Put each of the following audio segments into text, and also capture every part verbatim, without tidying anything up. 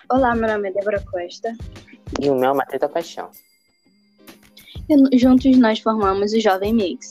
Olá, meu nome é Débora Costa. E o meu é Matheus Paixão. E juntos nós formamos o Jovem Mix.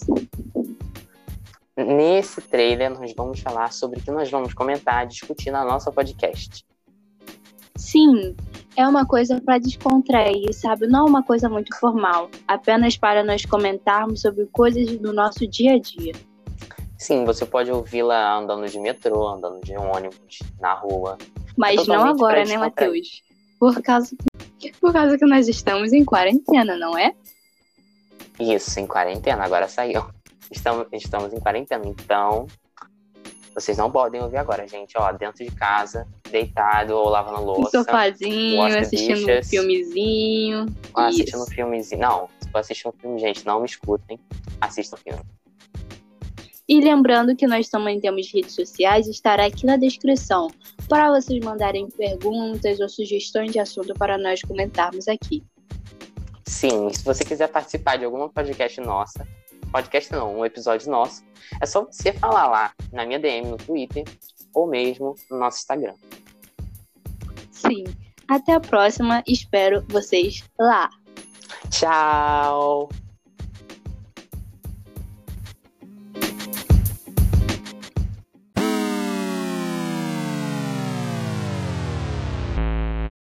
Nesse trailer, nós vamos falar sobre o que nós vamos comentar, discutir na nossa podcast. Sim, é uma coisa para descontrair, sabe? Não é uma coisa muito formal, apenas para nós comentarmos sobre coisas do nosso dia a dia. Sim, você pode ouvi-la andando de metrô, andando de ônibus, na rua. Mas é não agora, né, Matheus? Por causa, que, por causa que nós estamos em quarentena, não é? Isso, em quarentena, agora saiu. Estamos, estamos em quarentena, então vocês não podem ouvir agora, gente. Ó, dentro de casa, deitado ou lavando louça. Um sofazinho, assistindo bichas, um filmezinho. Assistindo um filmezinho. Não, se for assistir um filme, gente, não me escutem. Assistam o filme. E lembrando que nós também temos redes sociais, estará aqui na descrição, para vocês mandarem perguntas ou sugestões de assunto para nós comentarmos aqui. Sim, se você quiser participar de alguma podcast nossa, podcast não, um episódio nosso, é só você falar lá na minha D M no Twitter ou mesmo no nosso Instagram. Sim, até a próxima, espero vocês lá. Tchau!